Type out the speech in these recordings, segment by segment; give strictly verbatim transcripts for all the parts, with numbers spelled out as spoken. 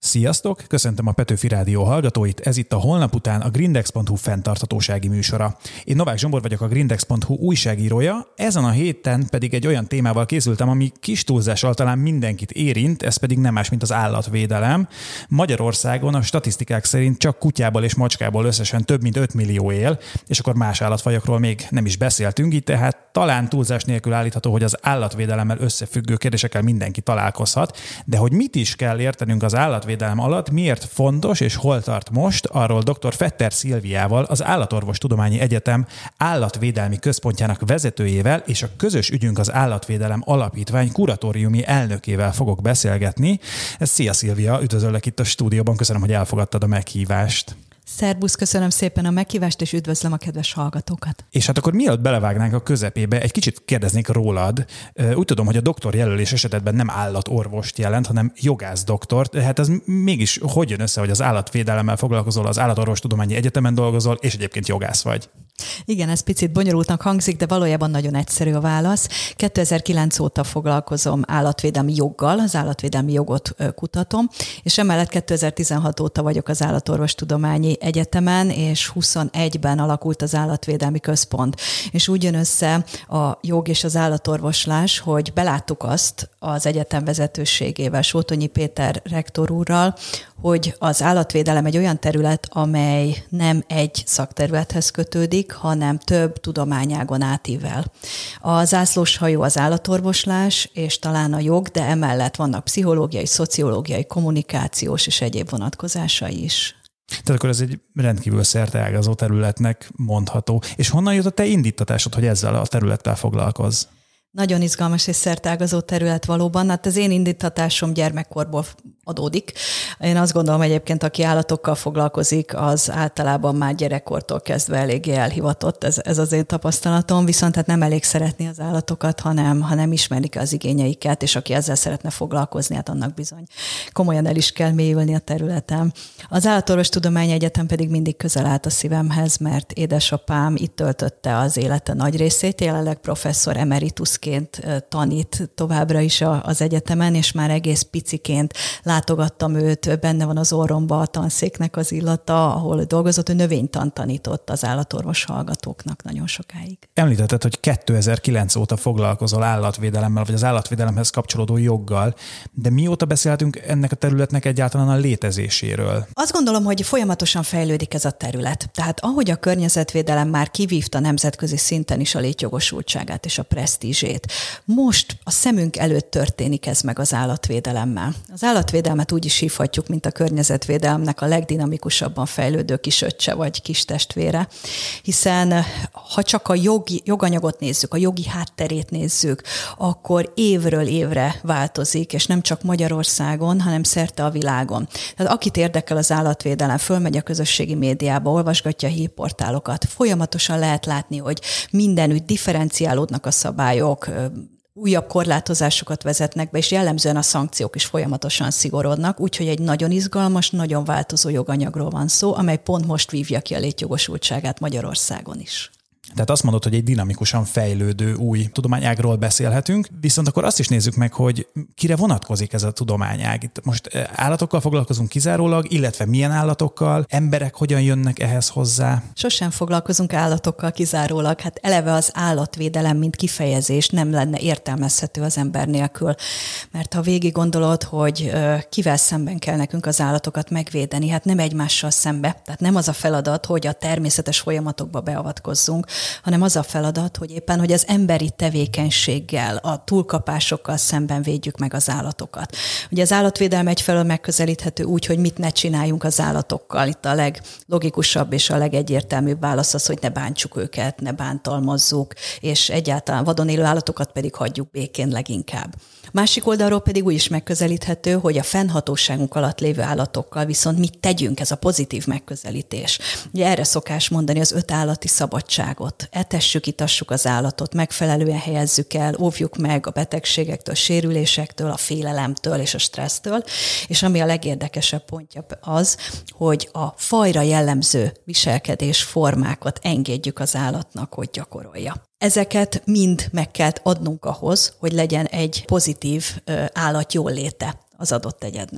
Sziasztok! Köszöntöm a Petőfi Rádió hallgatóit, ez itt a Holnap után a Grindex pont hu fenntarthatósági műsora. Én Novák Zsombor vagyok, a Grindex pont hu újságírója, ezen a héten pedig egy olyan témával készültem, ami kis túlzással talán mindenkit érint, ez pedig nem más, mint az állatvédelem. Magyarországon a statisztikák szerint csak kutyából és macskából összesen több mint öt millió él, és akkor más állatfajokról még nem is beszéltünk, így tehát talán túlzás nélkül állítható, hogy az állatvédelemmel összefüggő kérdésekkel mindenki találkozhat, de hogy mit is kell értenünk az állatvédelem alatt, miért fontos és hol tart most, arról dr. Fetter Szilviával, az Állatorvostudományi Egyetem állatvédelmi központjának vezetőjével és a Közös ügyünk az Állatvédelem Alapítvány kuratóriumi elnökével fogok beszélgetni. Szia Szilvia, üdvözöllek itt a stúdióban, köszönöm, hogy elfogadtad a meghívást. Szerbusz, köszönöm szépen a meghívást, és üdvözlöm a kedves hallgatókat. És hát akkor mielőtt belevágnánk a közepébe, egy kicsit kérdeznék rólad. Úgy tudom, hogy a doktor jelölés esetedben nem állatorvost jelent, hanem jogász doktort. Hát ez mégis hogy jön össze, hogy az állatvédelemmel foglalkozol, az Állatorvostudományi Egyetemen dolgozol, és egyébként jogász vagy? Igen, ez picit bonyolultnak hangzik, de valójában nagyon egyszerű a válasz. kétezer-kilenc óta foglalkozom állatvédelmi joggal, az állatvédelmi jogot kutatom, és emellett kétezer-tizenhat óta vagyok az Állatorvostudományi Egyetemen, és huszonegyben alakult az Állatvédelmi Központ. És úgy jön össze a jog és az állatorvoslás, hogy beláttuk azt az egyetem vezetőségével, Sótonyi Péter rektor úrral, hogy az állatvédelem egy olyan terület, amely nem egy szakterülethez kötődik, hanem több tudományágon átível. A zászlóshajó az állatorvoslás, és talán a jog, de emellett vannak pszichológiai, szociológiai, kommunikációs és egyéb vonatkozásai is. Tehát akkor ez egy rendkívül szerteágazó területnek mondható. És honnan jött a te indítatásod, hogy ezzel a területtel foglalkozz? Nagyon izgalmas és szerteágazó terület valóban. Hát az én indítatásom gyermekkorból adódik. Én azt gondolom egyébként, aki állatokkal foglalkozik, az általában már gyerekkortól kezdve eléggé elhivatott. Ez, ez az én tapasztalatom, viszont hát nem elég szeretni az állatokat, hanem, hanem ismerik az igényeiket, és aki ezzel szeretne foglalkozni, hát annak bizony komolyan el is kell mélyülni a területen. Az Állatorvostudományi Egyetem pedig mindig közel állt a szívemhez, mert édesapám itt töltötte az élete nagy részét, jelenleg professzor emeritusként tanít továbbra is az egyetemen, és már egész piciként látogattam őt, benne van az orromba a tanszéknek az illata, ahol dolgozott, ő növénytant tanított az állatorvos hallgatóknak nagyon sokáig. Említetted, hogy kétezer-kilenc óta foglalkozol állatvédelemmel, vagy az állatvédelemhez kapcsolódó joggal, de mióta beszélhetünk ennek a területnek egyáltalán a létezéséről? Azt gondolom, hogy folyamatosan fejlődik ez a terület. Tehát ahogy a környezetvédelem már kivívta nemzetközi szinten is a létjogosultságát és a presztízsét, most a szemünk előtt történik ez meg az állatvédelemmel. Az állatvédelmet úgy is hívhatjuk, mint a környezetvédelemnek a legdinamikusabban fejlődő kisöccse vagy kis testvére, hiszen ha csak a jogi, joganyagot nézzük, a jogi hátterét nézzük, akkor évről évre változik, és nem csak Magyarországon, hanem szerte a világon. Tehát akit érdekel az állatvédelem, fölmegy a közösségi médiába, olvasgatja a hírportálokat, folyamatosan lehet látni, hogy mindenütt differenciálódnak a szabályok, újabb korlátozásokat vezetnek be, és jellemzően a szankciók is folyamatosan szigorodnak, úgyhogy egy nagyon izgalmas, nagyon változó joganyagról van szó, amely pont most vívja ki a létjogosultságát Magyarországon is. Tehát azt mondod, hogy egy dinamikusan fejlődő új tudományágról beszélhetünk, viszont akkor azt is nézzük meg, hogy kire vonatkozik ez a tudományág. Itt most állatokkal foglalkozunk kizárólag, illetve milyen állatokkal, emberek hogyan jönnek ehhez hozzá? Sosem foglalkozunk állatokkal kizárólag, hát eleve az állatvédelem, mint kifejezés nem lenne értelmezhető az ember nélkül. Mert ha végig gondolod, hogy kivel szemben kell nekünk az állatokat megvédeni, hát nem egymással szembe. Tehát nem az a feladat, hogy a természetes folyamatokba beavatkozzunk, hanem az a feladat, hogy éppen, hogy az emberi tevékenységgel, a túlkapásokkal szemben védjük meg az állatokat. Ugye az állatvédelem egyfelől megközelíthető úgy, hogy mit ne csináljunk az állatokkal. Itt a leglogikusabb és a legegyértelműbb válasz az, hogy ne bántsuk őket, ne bántalmazzuk, és egyáltalán vadon élő állatokat pedig hagyjuk békén leginkább. Másik oldalról pedig úgy is megközelíthető, hogy a fennhatóságunk alatt lévő állatokkal viszont mit tegyünk, ez a pozitív megközelítés. Ugye erre szokás mondani az öt állati szabadságot. Etessük, itassuk az állatot, megfelelően helyezzük el, óvjuk meg a betegségektől, a sérülésektől, a félelemtől és a stressztől, és ami a legérdekesebb pontja az, hogy a fajra jellemző viselkedés formákat engedjük az állatnak, hogy gyakorolja. Ezeket mind meg kell adnunk ahhoz, hogy legyen egy pozitív állatjóléte az adott egyednek.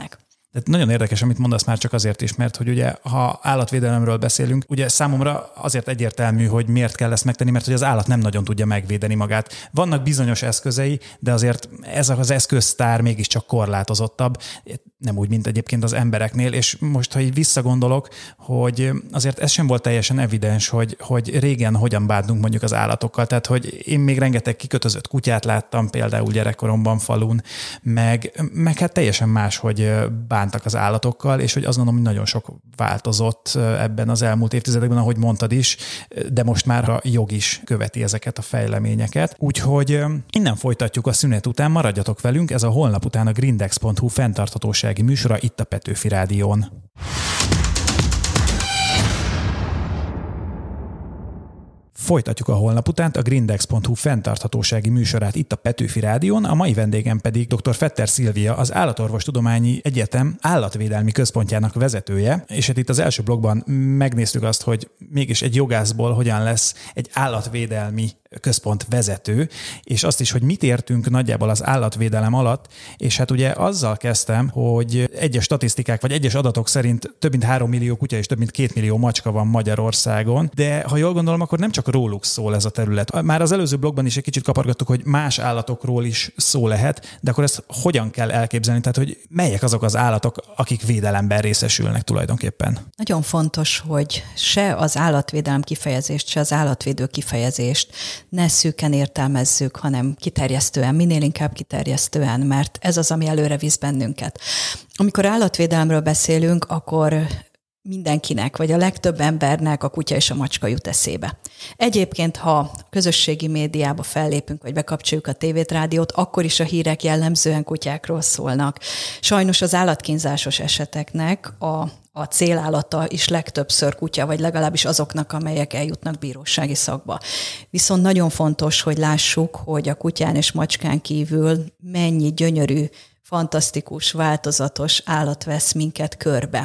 Tehát nagyon érdekes, amit mondasz már csak azért is, mert hogy ugye, ha állatvédelemről beszélünk, ugye számomra azért egyértelmű, hogy miért kell ezt megtenni, mert hogy az állat nem nagyon tudja megvédeni magát. Vannak bizonyos eszközei, de azért ez az eszköztár mégiscsak korlátozottabb, nem úgy, mint egyébként az embereknél, és most, ha így visszagondolok, hogy azért ez sem volt teljesen evidens, hogy, hogy régen hogyan bántunk mondjuk az állatokkal. Tehát, hogy én még rengeteg kikötözött kutyát láttam például gyerekkoromban falun, meg, meg hát teljesen más, hogy bántak az állatokkal, és hogy azt gondolom, hogy nagyon sok változott ebben az elmúlt évtizedekben, ahogy mondtad is, de most már a jog is követi ezeket a fejleményeket. Úgyhogy innen folytatjuk a szünet után, maradjatok velünk, ez a holnap után a grindex pont hu fenntarthatósági műsora itt a Petőfi Rádión. Folytatjuk a holnap utánt a grindex pont hu fenntarthatósági műsorát itt a Petőfi Rádión, a mai vendégem pedig dr. Fetter Szilvia, az Állatorvostudományi Egyetem állatvédelmi központjának vezetője, és hát itt az első blogban megnéztük azt, hogy mégis egy jogászból hogyan lesz egy állatvédelmi központ vezető, és azt is, hogy mit értünk nagyjából az állatvédelem alatt, és hát ugye azzal kezdtem, hogy egyes statisztikák, vagy egyes adatok szerint több mint három millió kutya és több mint két millió macska van Magyarországon, de ha jól gondolom, akkor nem csak róluk szól ez a terület. Már az előző blogban is egy kicsit kapargattuk, hogy más állatokról is szó lehet, de akkor ezt hogyan kell elképzelni? Tehát, hogy melyek azok az állatok, akik védelemben részesülnek tulajdonképpen? Nagyon fontos, hogy se az állatvédelem kifejezést, se az állatvédő kifejezést ne szűken értelmezzük, hanem kiterjesztően, minél inkább kiterjesztően, mert ez az, ami előre visz bennünket. Amikor állatvédelemről beszélünk, akkor mindenkinek, vagy a legtöbb embernek a kutya és a macska jut eszébe. Egyébként, ha közösségi médiába fellépünk, vagy bekapcsoljuk a tévét, rádiót, akkor is a hírek jellemzően kutyákról szólnak. Sajnos az állatkínzásos eseteknek a, a célállata is legtöbbször kutya, vagy legalábbis azoknak, amelyek eljutnak bírósági szakba. Viszont nagyon fontos, hogy lássuk, hogy a kutyán és macskán kívül mennyi gyönyörű, fantasztikus, változatos állat vesz minket körbe.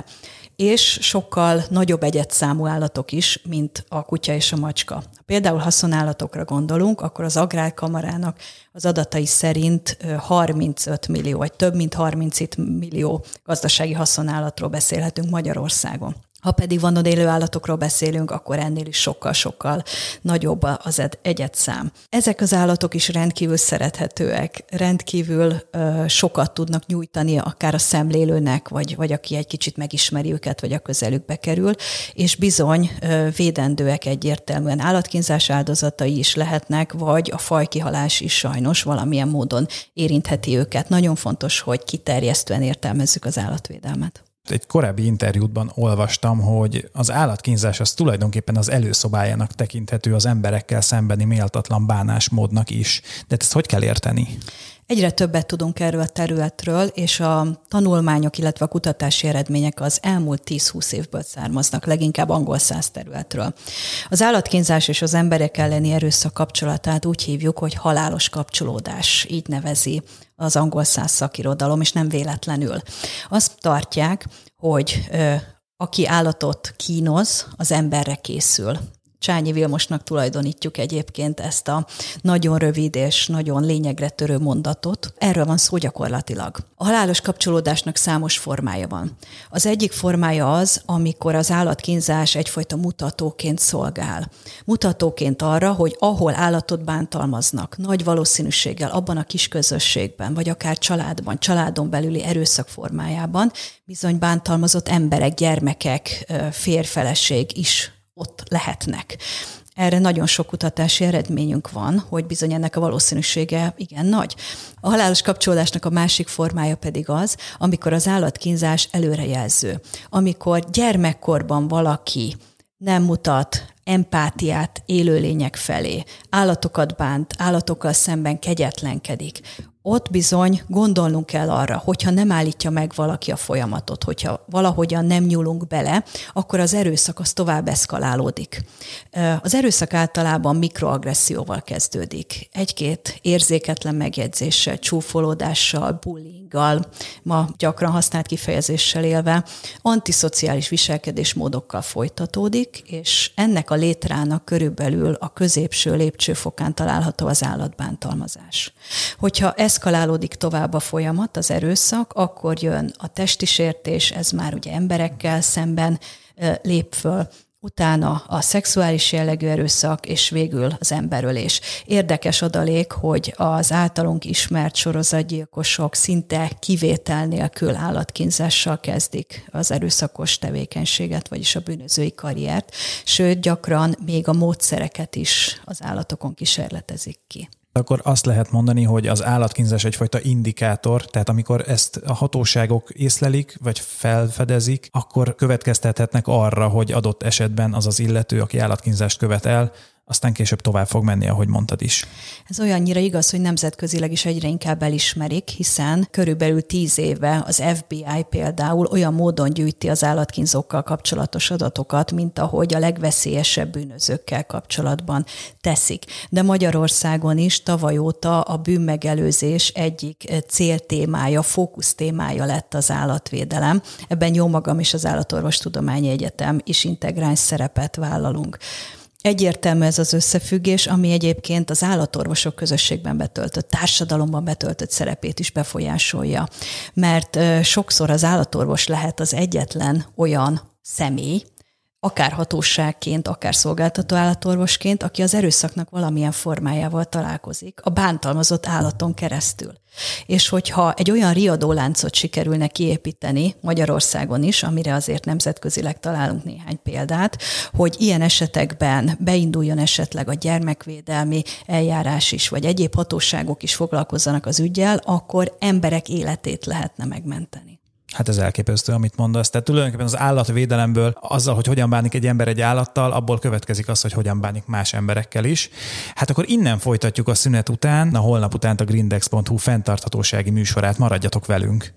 És sokkal nagyobb egyedszámú állatok is, mint a kutya és a macska. Ha például haszonállatokra gondolunk, akkor az Agrárkamarának az adatai szerint harmincöt millió, vagy több mint harmincöt millió gazdasági haszonállatról beszélhetünk Magyarországon. Ha pedig vadonélő állatokról beszélünk, akkor ennél is sokkal-sokkal nagyobb az egyedszám. Ezek az állatok is rendkívül szerethetőek, rendkívül ö, sokat tudnak nyújtani akár a szemlélőnek, vagy, vagy aki egy kicsit megismeri őket, vagy a közelükbe kerül, és bizony ö, védendőek egyértelműen. Állatkínzás áldozatai is lehetnek, vagy a fajkihalás is sajnos valamilyen módon érintheti őket. Nagyon fontos, hogy kiterjesztően értelmezzük az állatvédelmet. Egy korábbi interjútban olvastam, hogy az állatkínzás az tulajdonképpen az előszobájának tekinthető az emberekkel szembeni méltatlan bánásmódnak is. De ezt hogy kell érteni? Egyre többet tudunk erről a területről, és a tanulmányok, illetve a kutatási eredmények az elmúlt tíz-húsz évből származnak, leginkább angol száz területről. Az állatkínzás és az emberek elleni erőszak kapcsolatát úgy hívjuk, hogy halálos kapcsolódás, így nevezi az angol száz szakirodalom, és nem véletlenül. Azt tartják, hogy ö, aki állatot kínoz, az emberre készül. Csányi Vilmosnak tulajdonítjuk egyébként ezt a nagyon rövid és nagyon lényegre törő mondatot. Erről van szó gyakorlatilag. A halálos kapcsolódásnak számos formája van. Az egyik formája az, amikor az állatkínzás egyfajta mutatóként szolgál. Mutatóként arra, hogy ahol állatot bántalmaznak, nagy valószínűséggel abban a kis közösségben, vagy akár családban, családon belüli erőszak formájában bizony bántalmazott emberek, gyermekek, férj-feleség is ott lehetnek. Erre nagyon sok kutatási eredményünk van, hogy bizony ennek a valószínűsége igen nagy. A halálos kapcsolódásnak a másik formája pedig az, amikor az állatkínzás előrejelző. Amikor gyermekkorban valaki nem mutat empátiát élőlények felé, állatokat bánt, állatokkal szemben kegyetlenkedik, ott bizony gondolnunk kell arra, hogyha nem állítja meg valaki a folyamatot, hogyha valahogyan nem nyúlunk bele, akkor az erőszak az tovább eszkalálódik. Az erőszak általában mikroagresszióval kezdődik. Egy-két érzéketlen megjegyzéssel, csúfolódással, bullyinggal, ma gyakran használt kifejezéssel élve, antiszociális viselkedésmódokkal folytatódik, és ennek a létrának körülbelül a középső lépcsőfokán található az állatbántalmazás. Hogyha ez eszkalálódik tovább a folyamat, az erőszak, akkor jön a testi sértés, ez már ugye emberekkel szemben lép föl, utána a szexuális jellegű erőszak, és végül az emberölés. Érdekes adalék, hogy az általunk ismert sorozatgyilkosok szinte kivétel nélkül állatkínzással kezdik az erőszakos tevékenységet, vagyis a bűnözői karriert, sőt, gyakran még a módszereket is az állatokon kísérletezik ki. Akkor azt lehet mondani, hogy az állatkínzás egyfajta indikátor, tehát amikor ezt a hatóságok észlelik, vagy felfedezik, akkor következtethetnek arra, hogy adott esetben az az illető, aki állatkínzást követel, aztán később tovább fog menni, ahogy mondtad is. Ez olyannyira igaz, hogy nemzetközileg is egyre inkább elismerik, hiszen körülbelül tíz éve az ef bé i például olyan módon gyűjti az állatkínzókkal kapcsolatos adatokat, mint ahogy a legveszélyesebb bűnözőkkel kapcsolatban teszik. De Magyarországon is tavaly óta a bűnmegelőzés egyik céltémája, fókusztémája lett az állatvédelem. Ebben jó magam és az Állatorvostudományi Egyetem is integráns szerepet vállalunk. Egyértelmű ez az összefüggés, ami egyébként az állatorvosok közösségben betöltött, társadalomban betöltött szerepét is befolyásolja. Mert sokszor az állatorvos lehet az egyetlen olyan személy, akár hatóságként, akár szolgáltató állatorvosként, aki az erőszaknak valamilyen formájával találkozik, a bántalmazott állaton keresztül. És hogyha egy olyan riadóláncot sikerülne kiépíteni Magyarországon is, amire azért nemzetközileg találunk néhány példát, hogy ilyen esetekben beinduljon esetleg a gyermekvédelmi eljárás is, vagy egyéb hatóságok is foglalkozzanak az üggyel, akkor emberek életét lehetne megmenteni. Hát ez elképesztő, amit mondasz. Tehát tulajdonképpen az állatvédelemből azzal, hogy hogyan bánik egy ember egy állattal, abból következik az, hogy hogyan bánik más emberekkel is. Hát akkor innen folytatjuk a szünet után, a holnap után a grindex pont hu fenntarthatósági műsorát. Maradjatok velünk!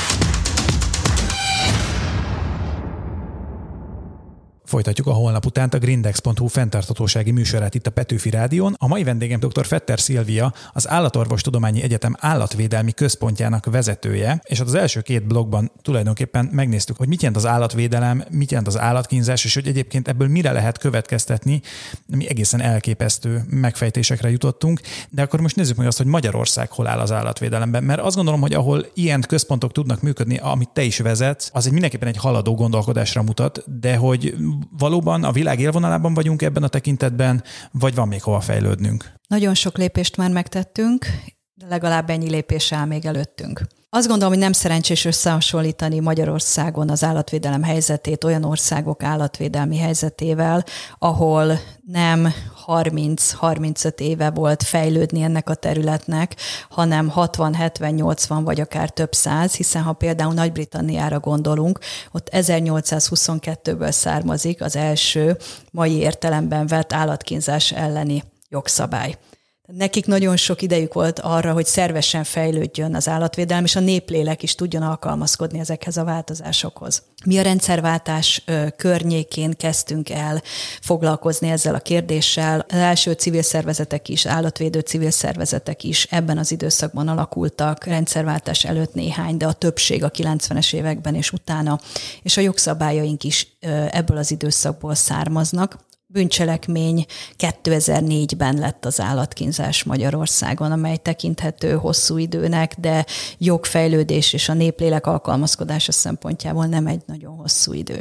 Folytatjuk a holnap után a grindex pont hu fenntarthatósági műsorát itt a Petőfi Rádión. A mai vendégem dr. Fetter Szilvia, az Állatorvostudományi Egyetem állatvédelmi központjának vezetője, és az első két blogban tulajdonképpen megnéztük, hogy mit jelent az állatvédelem, mit jelent az állatkínzás, és hogy egyébként ebből mire lehet következtetni, mi egészen elképesztő megfejtésekre jutottunk. De akkor most nézzük meg azt, hogy Magyarország hol áll az állatvédelemben, mert azt gondolom, hogy ahol ilyen központok tudnak működni, amit te is vezetsz, az egy mindenképpen egy haladó gondolkodásra mutat, de hogy valóban a világ élvonalában vagyunk ebben a tekintetben, vagy van még hova fejlődnünk? Nagyon sok lépést már megtettünk, de legalább ennyi lépés áll még előttünk. Azt gondolom, hogy nem szerencsés összehasonlítani Magyarországon az állatvédelem helyzetét olyan országok állatvédelmi helyzetével, ahol nem harminc-harmincöt éve volt fejlődni ennek a területnek, hanem hatvan, hetven, nyolcvan vagy akár több száz, hiszen ha például Nagy-Britanniára gondolunk, ott ezernyolcszázhuszonkettőből származik az első mai értelemben vett állatkínzás elleni jogszabály. Nekik nagyon sok idejük volt arra, hogy szervesen fejlődjön az állatvédelem, és a néplélek is tudjon alkalmazkodni ezekhez a változásokhoz. Mi a rendszerváltás környékén kezdtünk el foglalkozni ezzel a kérdéssel. Az első civil szervezetek is, állatvédő civil szervezetek is ebben az időszakban alakultak, rendszerváltás előtt néhány, de a többség a kilencvenes években és utána, és a jogszabályaink is ebből az időszakból származnak. Bűncselekmény kétezer-négyben lett az állatkínzás Magyarországon, amely tekinthető hosszú időnek, de jogfejlődés és a néplélek alkalmazkodása szempontjából nem egy nagyon hosszú idő.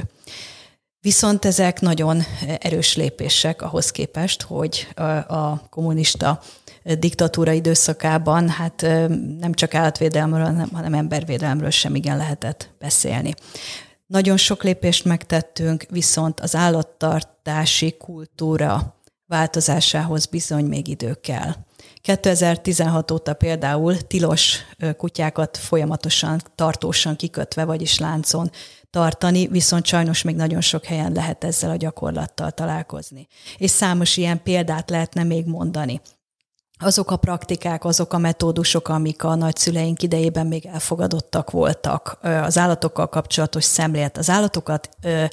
Viszont ezek nagyon erős lépések ahhoz képest, hogy a kommunista diktatúra időszakában hát nem csak állatvédelemről, hanem embervédelemről sem igen lehetett beszélni. Nagyon sok lépést megtettünk, viszont az állattartási kultúra változásához bizony még idő kell. kétezer-tizenhat óta például tilos kutyákat folyamatosan, tartósan kikötve, vagyis láncon tartani, viszont sajnos még nagyon sok helyen lehet ezzel a gyakorlattal találkozni. És számos ilyen példát lehetne még mondani. Azok a praktikák, azok a metódusok, amik a nagyszüleink idejében még elfogadottak voltak, az állatokkal kapcsolatos szemlélet. Az állatokat,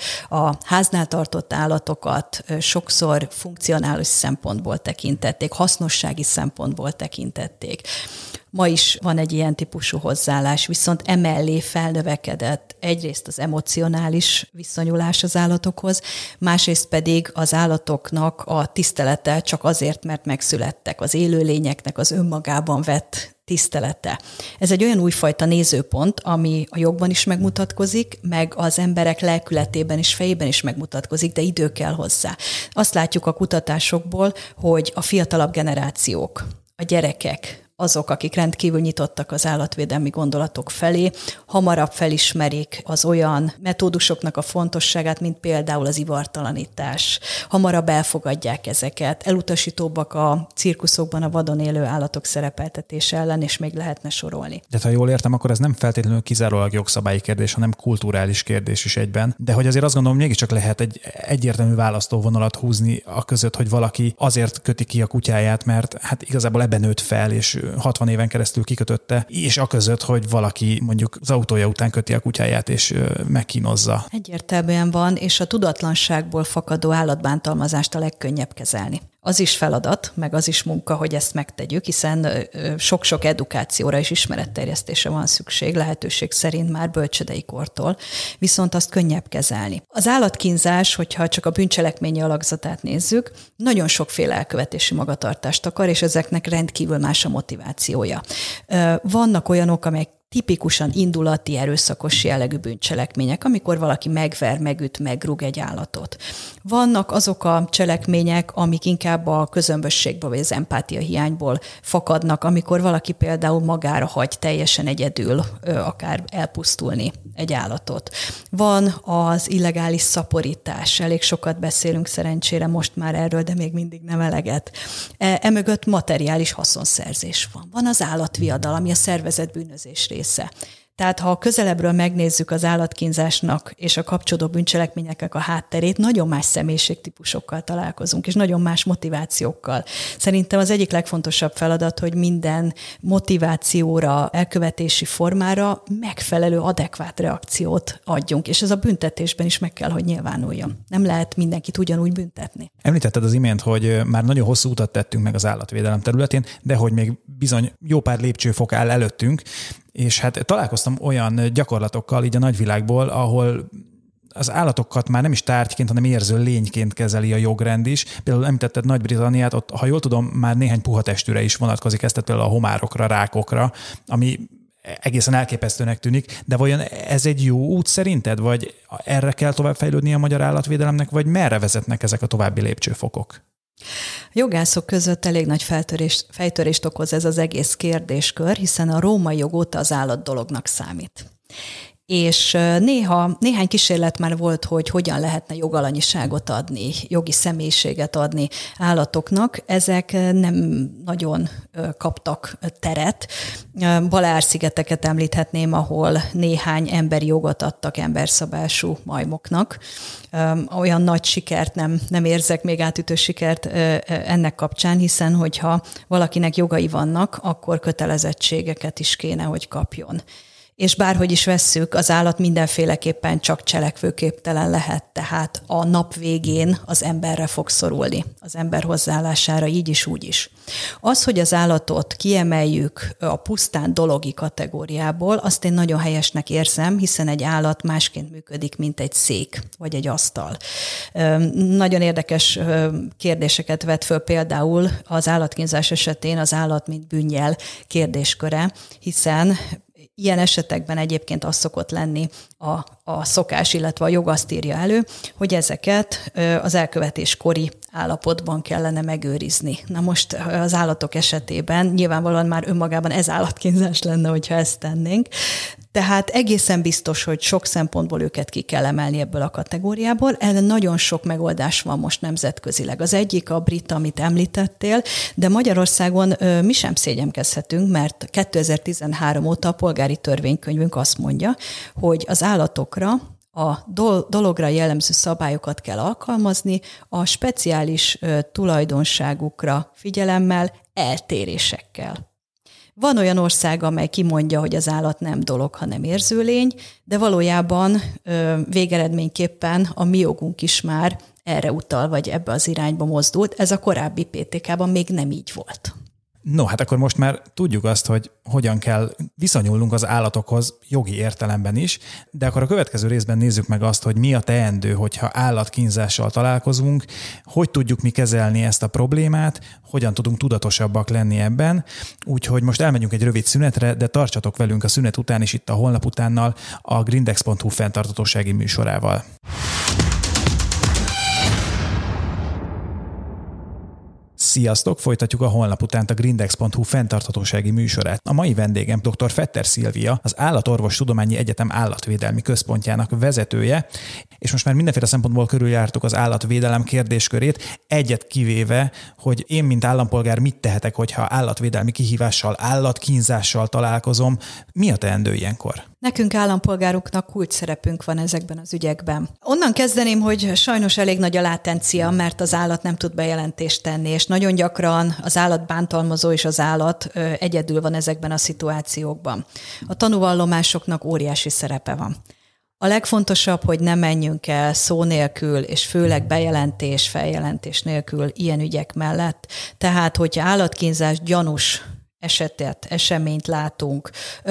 a háznál tartott állatokat sokszor funkcionális szempontból tekintették, hasznossági szempontból tekintették. Ma is van egy ilyen típusú hozzáállás, viszont emellé felnövekedett egyrészt az emocionális viszonyulás az állatokhoz, másrészt pedig az állatoknak a tisztelete csak azért, mert megszülettek, az élőlényeknek az önmagában vett tisztelete. Ez egy olyan újfajta nézőpont, ami a jogban is megmutatkozik, meg az emberek lelkületében és fejében is megmutatkozik, de idő kell hozzá. Azt látjuk a kutatásokból, hogy a fiatalabb generációk, a gyerekek, azok, akik rendkívül nyitottak az állatvédelmi gondolatok felé, hamarabb felismerik az olyan metódusoknak a fontosságát, mint például az ivartalanítás. Hamarabb elfogadják ezeket, elutasítóbbak a cirkuszokban a vadon élő állatok szerepeltetése ellen, és még lehetne sorolni. De ha jól értem, akkor ez nem feltétlenül kizárólag jogszabályi kérdés, hanem kulturális kérdés is egyben. De hogy azért azt gondolom, mégiscsak lehet egy egyértelmű választóvonalat húzni a között, hogy valaki azért köti ki a kutyáját, mert hát igazából ebben nőtt fel, és hatvan éven keresztül kikötötte, és aközött, hogy valaki mondjuk az autója után köti a kutyáját, és megkínozza. Egyértelműen van, és a tudatlanságból fakadó állatbántalmazást a legkönnyebb kezelni. Az is feladat, meg az is munka, hogy ezt megtegyük, hiszen sok-sok edukációra és ismeretterjesztésre van szükség, lehetőség szerint már bölcsödei kortól, viszont azt könnyebb kezelni. Az állatkínzás, hogyha csak a bűncselekményi alakzatát nézzük, nagyon sokféle elkövetési magatartást akar, és ezeknek rendkívül más a motivációja. Vannak olyanok, amelyek tipikusan indulati, erőszakos jellegű bűncselekmények, amikor valaki megver, megüt, megrúg egy állatot. Vannak azok a cselekmények, amik inkább a közömbösségből vagy az empátia hiányból fakadnak, amikor valaki például magára hagy teljesen egyedül akár elpusztulni egy állatot. Van az illegális szaporítás, elég sokat beszélünk szerencsére most már erről, de még mindig nem eleget. Emögött materiális haszonszerzés van. Van az állatviadal, ami a szervezett bűnözés része. Tehát ha közelebbről megnézzük az állatkínzásnak és a kapcsolódó bűncselekményeknek a hátterét, nagyon más személyiségtípusokkal találkozunk, és nagyon más motivációkkal. Szerintem az egyik legfontosabb feladat, hogy minden motivációra, elkövetési formára megfelelő, adekvát reakciót adjunk, és ez a büntetésben is meg kell, hogy nyilvánuljon. Nem lehet mindenkit ugyanúgy büntetni. Említetted az imént, hogy már nagyon hosszú utat tettünk meg az állatvédelem területén, de hogy még bizony jó pár lépcsőfok áll előttünk, és hát találkoztam olyan gyakorlatokkal így a nagyvilágból, ahol az állatokat már nem is tárgyként, hanem érző lényként kezeli a jogrend is. Például említetted Nagy-Britanniát, ott, ha jól tudom, már néhány puha testűre is vonatkozik ezt, tehát például a homárokra, rákokra, ami egészen elképesztőnek tűnik, de vajon ez egy jó út szerinted, vagy erre kell tovább fejlődni a magyar állatvédelemnek, vagy merre vezetnek ezek a további lépcsőfokok? A jogászok között elég nagy feltörést, fejtörést okoz ez az egész kérdéskör, hiszen a római jog óta az állat dolognak számít. És néha, néhány kísérlet már volt, hogy hogyan lehetne jogalanyiságot adni, jogi személyiséget adni állatoknak. Ezek nem nagyon kaptak teret. Baleár-szigeteket említhetném, ahol néhány emberi jogot adtak emberszabású majmoknak. Olyan nagy sikert nem, nem érzek, még átütő sikert ennek kapcsán, hiszen hogyha valakinek jogai vannak, akkor kötelezettségeket is kéne, hogy kapjon. És bárhogy is vesszük, az állat mindenféleképpen csak cselekvőképtelen lehet, tehát a nap végén az emberre fog szorulni, az ember hozzáállására így is, úgy is. Az, hogy az állatot kiemeljük a pusztán dologi kategóriából, azt én nagyon helyesnek érzem, hiszen egy állat másként működik, mint egy szék vagy egy asztal. Nagyon érdekes kérdéseket vet föl például az állatkínzás esetén az állat mint bűnjel kérdésköre, hiszen ilyen esetekben egyébként az szokott lenni a, a szokás, illetve a jog azt írja elő, hogy ezeket az elkövetéskori állapotban kellene megőrizni. Na most az állatok esetében nyilvánvalóan már önmagában ez állatkínzás lenne, hogyha ezt tennénk. Tehát egészen biztos, hogy sok szempontból őket ki kell emelni ebből a kategóriából. Erre nagyon sok megoldás van most nemzetközileg. Az egyik a brit, amit említettél, de Magyarországon mi sem szégyenkezhetünk, mert kétezer-tizenhárom óta a polgári törvénykönyvünk azt mondja, hogy az állatokra a dologra jellemző szabályokat kell alkalmazni, a speciális tulajdonságukra figyelemmel, eltérésekkel. Van olyan ország, amely kimondja, hogy az állat nem dolog, hanem érzőlény, de valójában végeredményképpen a mi jogunk is már erre utal, vagy ebbe az irányba mozdult. Ez a korábbi pé té ká-ban még nem így volt. No, hát akkor most már tudjuk azt, hogy hogyan kell viszonyulnunk az állatokhoz jogi értelemben is, de akkor a következő részben nézzük meg azt, hogy mi a teendő, hogyha állatkínzással találkozunk, hogy tudjuk mi kezelni ezt a problémát, hogyan tudunk tudatosabbak lenni ebben. Úgyhogy most elmegyünk egy rövid szünetre, de tartsatok velünk a szünet után is itt a Holnap utánnal, a grindex pont hu fenntarthatósági műsorával. Sziasztok! Folytatjuk a Holnap utánt a grindex pont hu fenntarthatósági műsorát. A mai vendégem dr. Fetter Szilvia, az Állatorvostudományi Egyetem Állatvédelmi Központjának vezetője, és most már mindenféle szempontból körüljártuk az állatvédelem kérdéskörét, egyet kivéve, hogy én, mint állampolgár mit tehetek, hogyha állatvédelmi kihívással, állatkínzással találkozom. Mi a teendő ilyenkor? Nekünk állampolgároknak kulcs szerepünk van ezekben az ügyekben. Onnan kezdeném, hogy sajnos elég nagy a látencia, mert az állat nem tud bejelentést tenni, és nagyon gyakran az állatbántalmazó és az állat egyedül van ezekben a szituációkban. A tanúvallomásoknak óriási szerepe van. A legfontosabb, hogy ne menjünk el szó nélkül, és főleg bejelentés, feljelentés nélkül ilyen ügyek mellett. Tehát, hogyha állatkínzás gyanús esetet, eseményt látunk,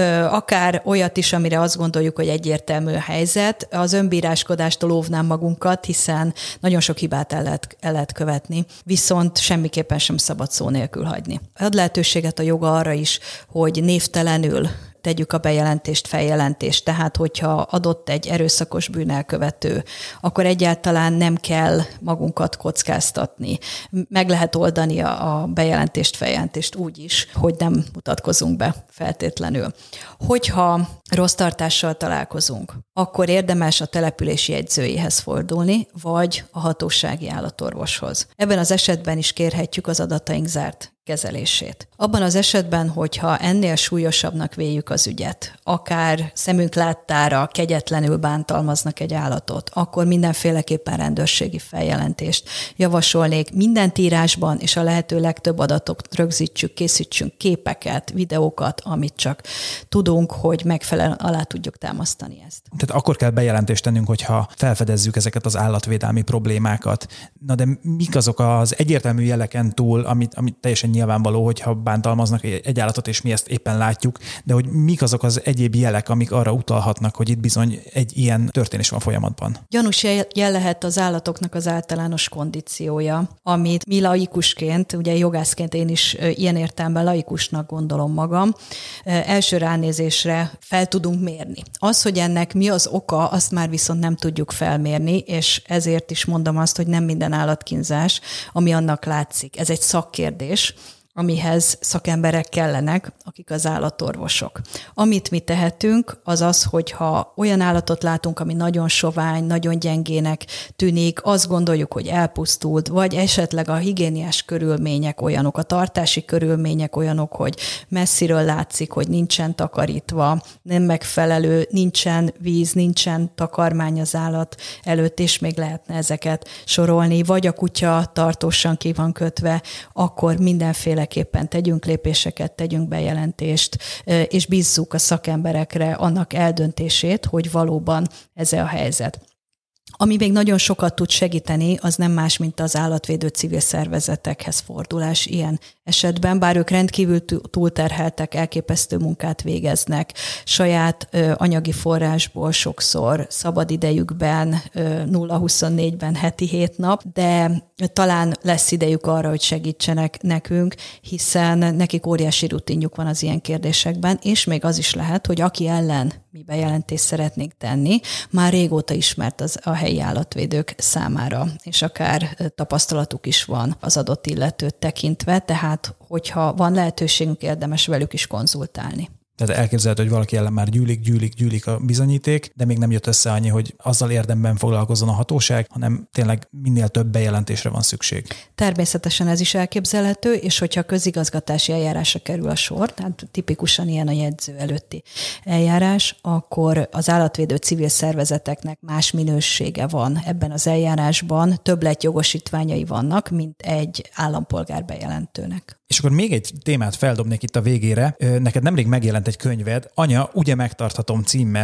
akár olyat is, amire azt gondoljuk, hogy egyértelmű a helyzet, az önbíráskodástól óvnám magunkat, hiszen nagyon sok hibát el lehet, el lehet követni, viszont semmiképpen sem szabad szó nélkül hagyni. Ad lehetőséget a joga arra is, hogy névtelenül tegyük a bejelentést, feljelentést. Tehát, hogyha adott egy erőszakos bűnelkövető, akkor egyáltalán nem kell magunkat kockáztatni. Meg lehet oldani a bejelentést, feljelentést úgy is, hogy nem mutatkozunk be feltétlenül. Hogyha rossz tartással találkozunk, akkor érdemes a települési jegyzőjéhez fordulni, vagy a hatósági állatorvoshoz. Ebben az esetben is kérhetjük az adataink zárt kezelését. Abban az esetben, hogyha ennél súlyosabbnak véljük az ügyet, akár szemünk láttára kegyetlenül bántalmaznak egy állatot, akkor mindenféleképpen rendőrségi feljelentést javasolnék. Mindent írásban, és a lehető legtöbb adatot rögzítsük, készítsünk képeket, videókat, amit csak tudunk, hogy megfelelően alá tudjuk támasztani ezt. Tehát akkor kell bejelentést tennünk, hogyha felfedezzük ezeket az állatvédelmi problémákat. Na de mik azok az egyértelmű jeleken túl, amit, amit teljesen nyilvánvaló, hogyha bántalmaznak egy állatot, és mi ezt éppen látjuk, de hogy mik azok az egyéb jelek, amik arra utalhatnak, hogy itt bizony egy ilyen történés van folyamatban? Gyanús jel lehet az állatoknak az általános kondíciója, amit mi laikusként, ugye jogászként én is ilyen értelemben laikusnak gondolom magam, első ránézésre fel tudunk mérni. Az, hogy ennek mi az oka, azt már viszont nem tudjuk felmérni, és ezért is mondom azt, hogy nem minden állatkínzás, ami annak látszik. Ez egy szakkérdés, amihez szakemberek kellenek, akik az állatorvosok. Amit mi tehetünk, az az, hogyha olyan állatot látunk, ami nagyon sovány, nagyon gyengének tűnik, azt gondoljuk, hogy elpusztult, vagy esetleg a higiéniás körülmények olyanok, a tartási körülmények olyanok, hogy messziről látszik, hogy nincsen takarítva, nem megfelelő, nincsen víz, nincsen takarmány az állat előtt, és még lehetne ezeket sorolni, vagy a kutya tartósan ki van kötve, akkor mindenféle Képpen tegyünk lépéseket, tegyünk bejelentést, és bízzuk a szakemberekre annak eldöntését, hogy valóban ez a helyzet. Ami még nagyon sokat tud segíteni, az nem más, mint az állatvédő civil szervezetekhez fordulás ilyen esetben, bár ők rendkívül túlterheltek, elképesztő munkát végeznek, saját ö, anyagi forrásból sokszor, szabad idejükben, ö, nulla huszonnégyben heti hét nap, de talán lesz idejük arra, hogy segítsenek nekünk, hiszen nekik óriási rutinjuk van az ilyen kérdésekben, és még az is lehet, hogy aki ellen mi bejelentést szeretnénk tenni, már régóta ismert az a helyi állatvédők számára, és akár tapasztalatuk is van az adott illetőt tekintve, tehát hogyha van lehetőségünk, érdemes velük is konzultálni. Tehát elképzelhető, hogy valaki ellen már gyűlik, gyűlik, gyűlik a bizonyíték, de még nem jött össze annyi, hogy azzal érdemben foglalkozzon a hatóság, hanem tényleg minél több bejelentésre van szükség. Természetesen ez is elképzelhető, és hogyha közigazgatási eljárásra kerül a sor, tehát tipikusan ilyen a jegyző előtti eljárás, akkor az állatvédő civil szervezeteknek más minősége van ebben az eljárásban, többletjogosítványai vannak, mint egy állampolgár bejelentőnek. És akkor még egy témát feldobnék itt a végére. Neked nemrég megjelent egy könyved, Anya, ugye megtarthatom címmel,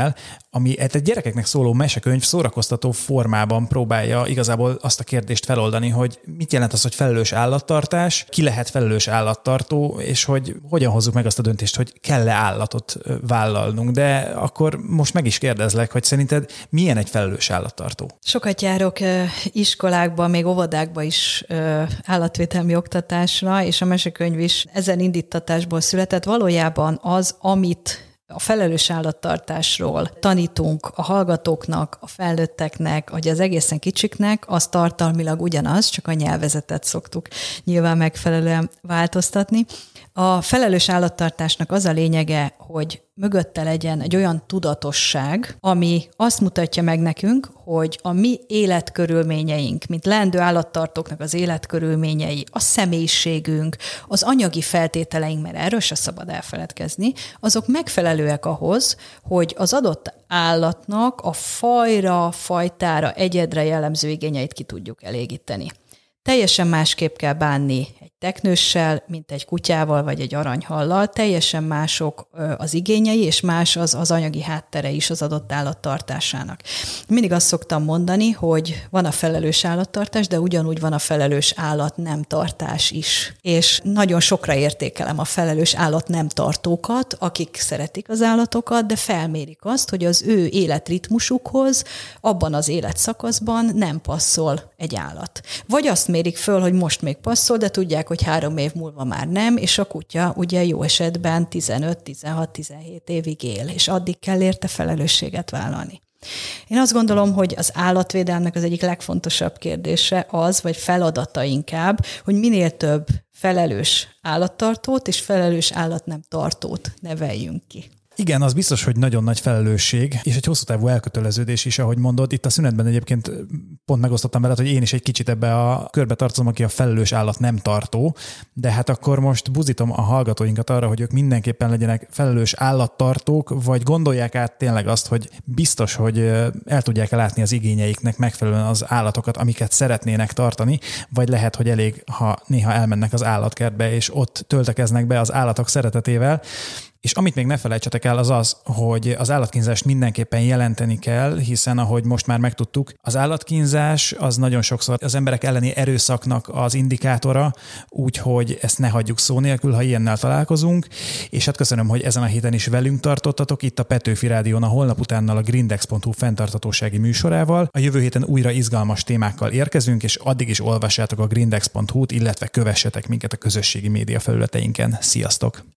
ami egy gyerekeknek szóló mesekönyv szórakoztató formában próbálja igazából azt a kérdést feloldani, hogy mit jelent az, hogy felelős állattartás, ki lehet felelős állattartó, és hogy hogyan hozzuk meg azt a döntést, hogy kell-e állatot vállalnunk. De akkor most meg is kérdezlek, hogy szerinted milyen egy felelős állattartó? Sokat járok iskolákba, még óvodákba is állatvédelmi oktatásra, és a mesekönyv is ezen indítatásból született. Valójában az, amit a felelős állattartásról tanítunk a hallgatóknak, a felnőtteknek, vagy az egészen kicsiknek, az tartalmilag ugyanaz, csak a nyelvezetet szoktuk nyilván megfelelően változtatni. A felelős állattartásnak az a lényege, hogy mögötte legyen egy olyan tudatosság, ami azt mutatja meg nekünk, hogy a mi életkörülményeink, mint leendő állattartóknak az életkörülményei, a személyiségünk, az anyagi feltételeink, mert erről se szabad elfeledkezni, azok megfelelőek ahhoz, hogy az adott állatnak a fajra, fajtára, egyedre jellemző igényeit ki tudjuk elégíteni. Teljesen másképp kell bánni egy teknőssel, mint egy kutyával vagy egy aranyhallal. Teljesen mások az igényei, és más az, az anyagi háttere is az adott állattartásának. Mindig azt szoktam mondani, hogy van a felelős állattartás, de ugyanúgy van a felelős állatnemtartás is. És nagyon sokra értékelem a felelős állatnemtartókat, akik szeretik az állatokat, de felmérik azt, hogy az ő életritmusukhoz abban az életszakaszban nem passzol egy állat. Vagy azt mérik föl, hogy most még passzol, de tudják, hogy három év múlva már nem, és a kutya ugye jó esetben tizenöt, tizenhat, tizenhét évig él, és addig kell érte felelősséget vállalni. Én azt gondolom, hogy az állatvédelemnek az egyik legfontosabb kérdése az, vagy feladata inkább, hogy minél több felelős állattartót és felelős állatnemtartót neveljünk ki. Igen, az biztos, hogy nagyon nagy felelősség, és egy hosszú távú elköteleződés is, ahogy mondod. Itt a szünetben egyébként pont megosztottam veled, hogy én is egy kicsit ebbe a körbe tartozom, aki a felelős állat nem tartó, de hát akkor most buzítom a hallgatóinkat arra, hogy ők mindenképpen legyenek felelős állattartók, vagy gondolják át tényleg azt, hogy biztos, hogy el tudják látni az igényeiknek megfelelően az állatokat, amiket szeretnének tartani, vagy lehet, hogy elég, ha néha elmennek az állatkertbe, és ott töltekeznek be az állatok szeretetével. És amit még ne felejtsetek el, az az, hogy az állatkínzást mindenképpen jelenteni kell, hiszen ahogy most már megtudtuk, az állatkínzás az nagyon sokszor az emberek elleni erőszaknak az indikátora, úgyhogy ezt ne hagyjuk szó nélkül, ha ilyennel találkozunk. És hát köszönöm, hogy ezen a héten is velünk tartottatok itt a Petőfi Rádión a holnap utánnal a grindex pont hu fenntarthatósági műsorával. A jövő héten újra izgalmas témákkal érkezünk, és addig is olvassátok a grindex pont hu-t, illetve kövessetek minket a közösségi média felületeinken. Sziasztok!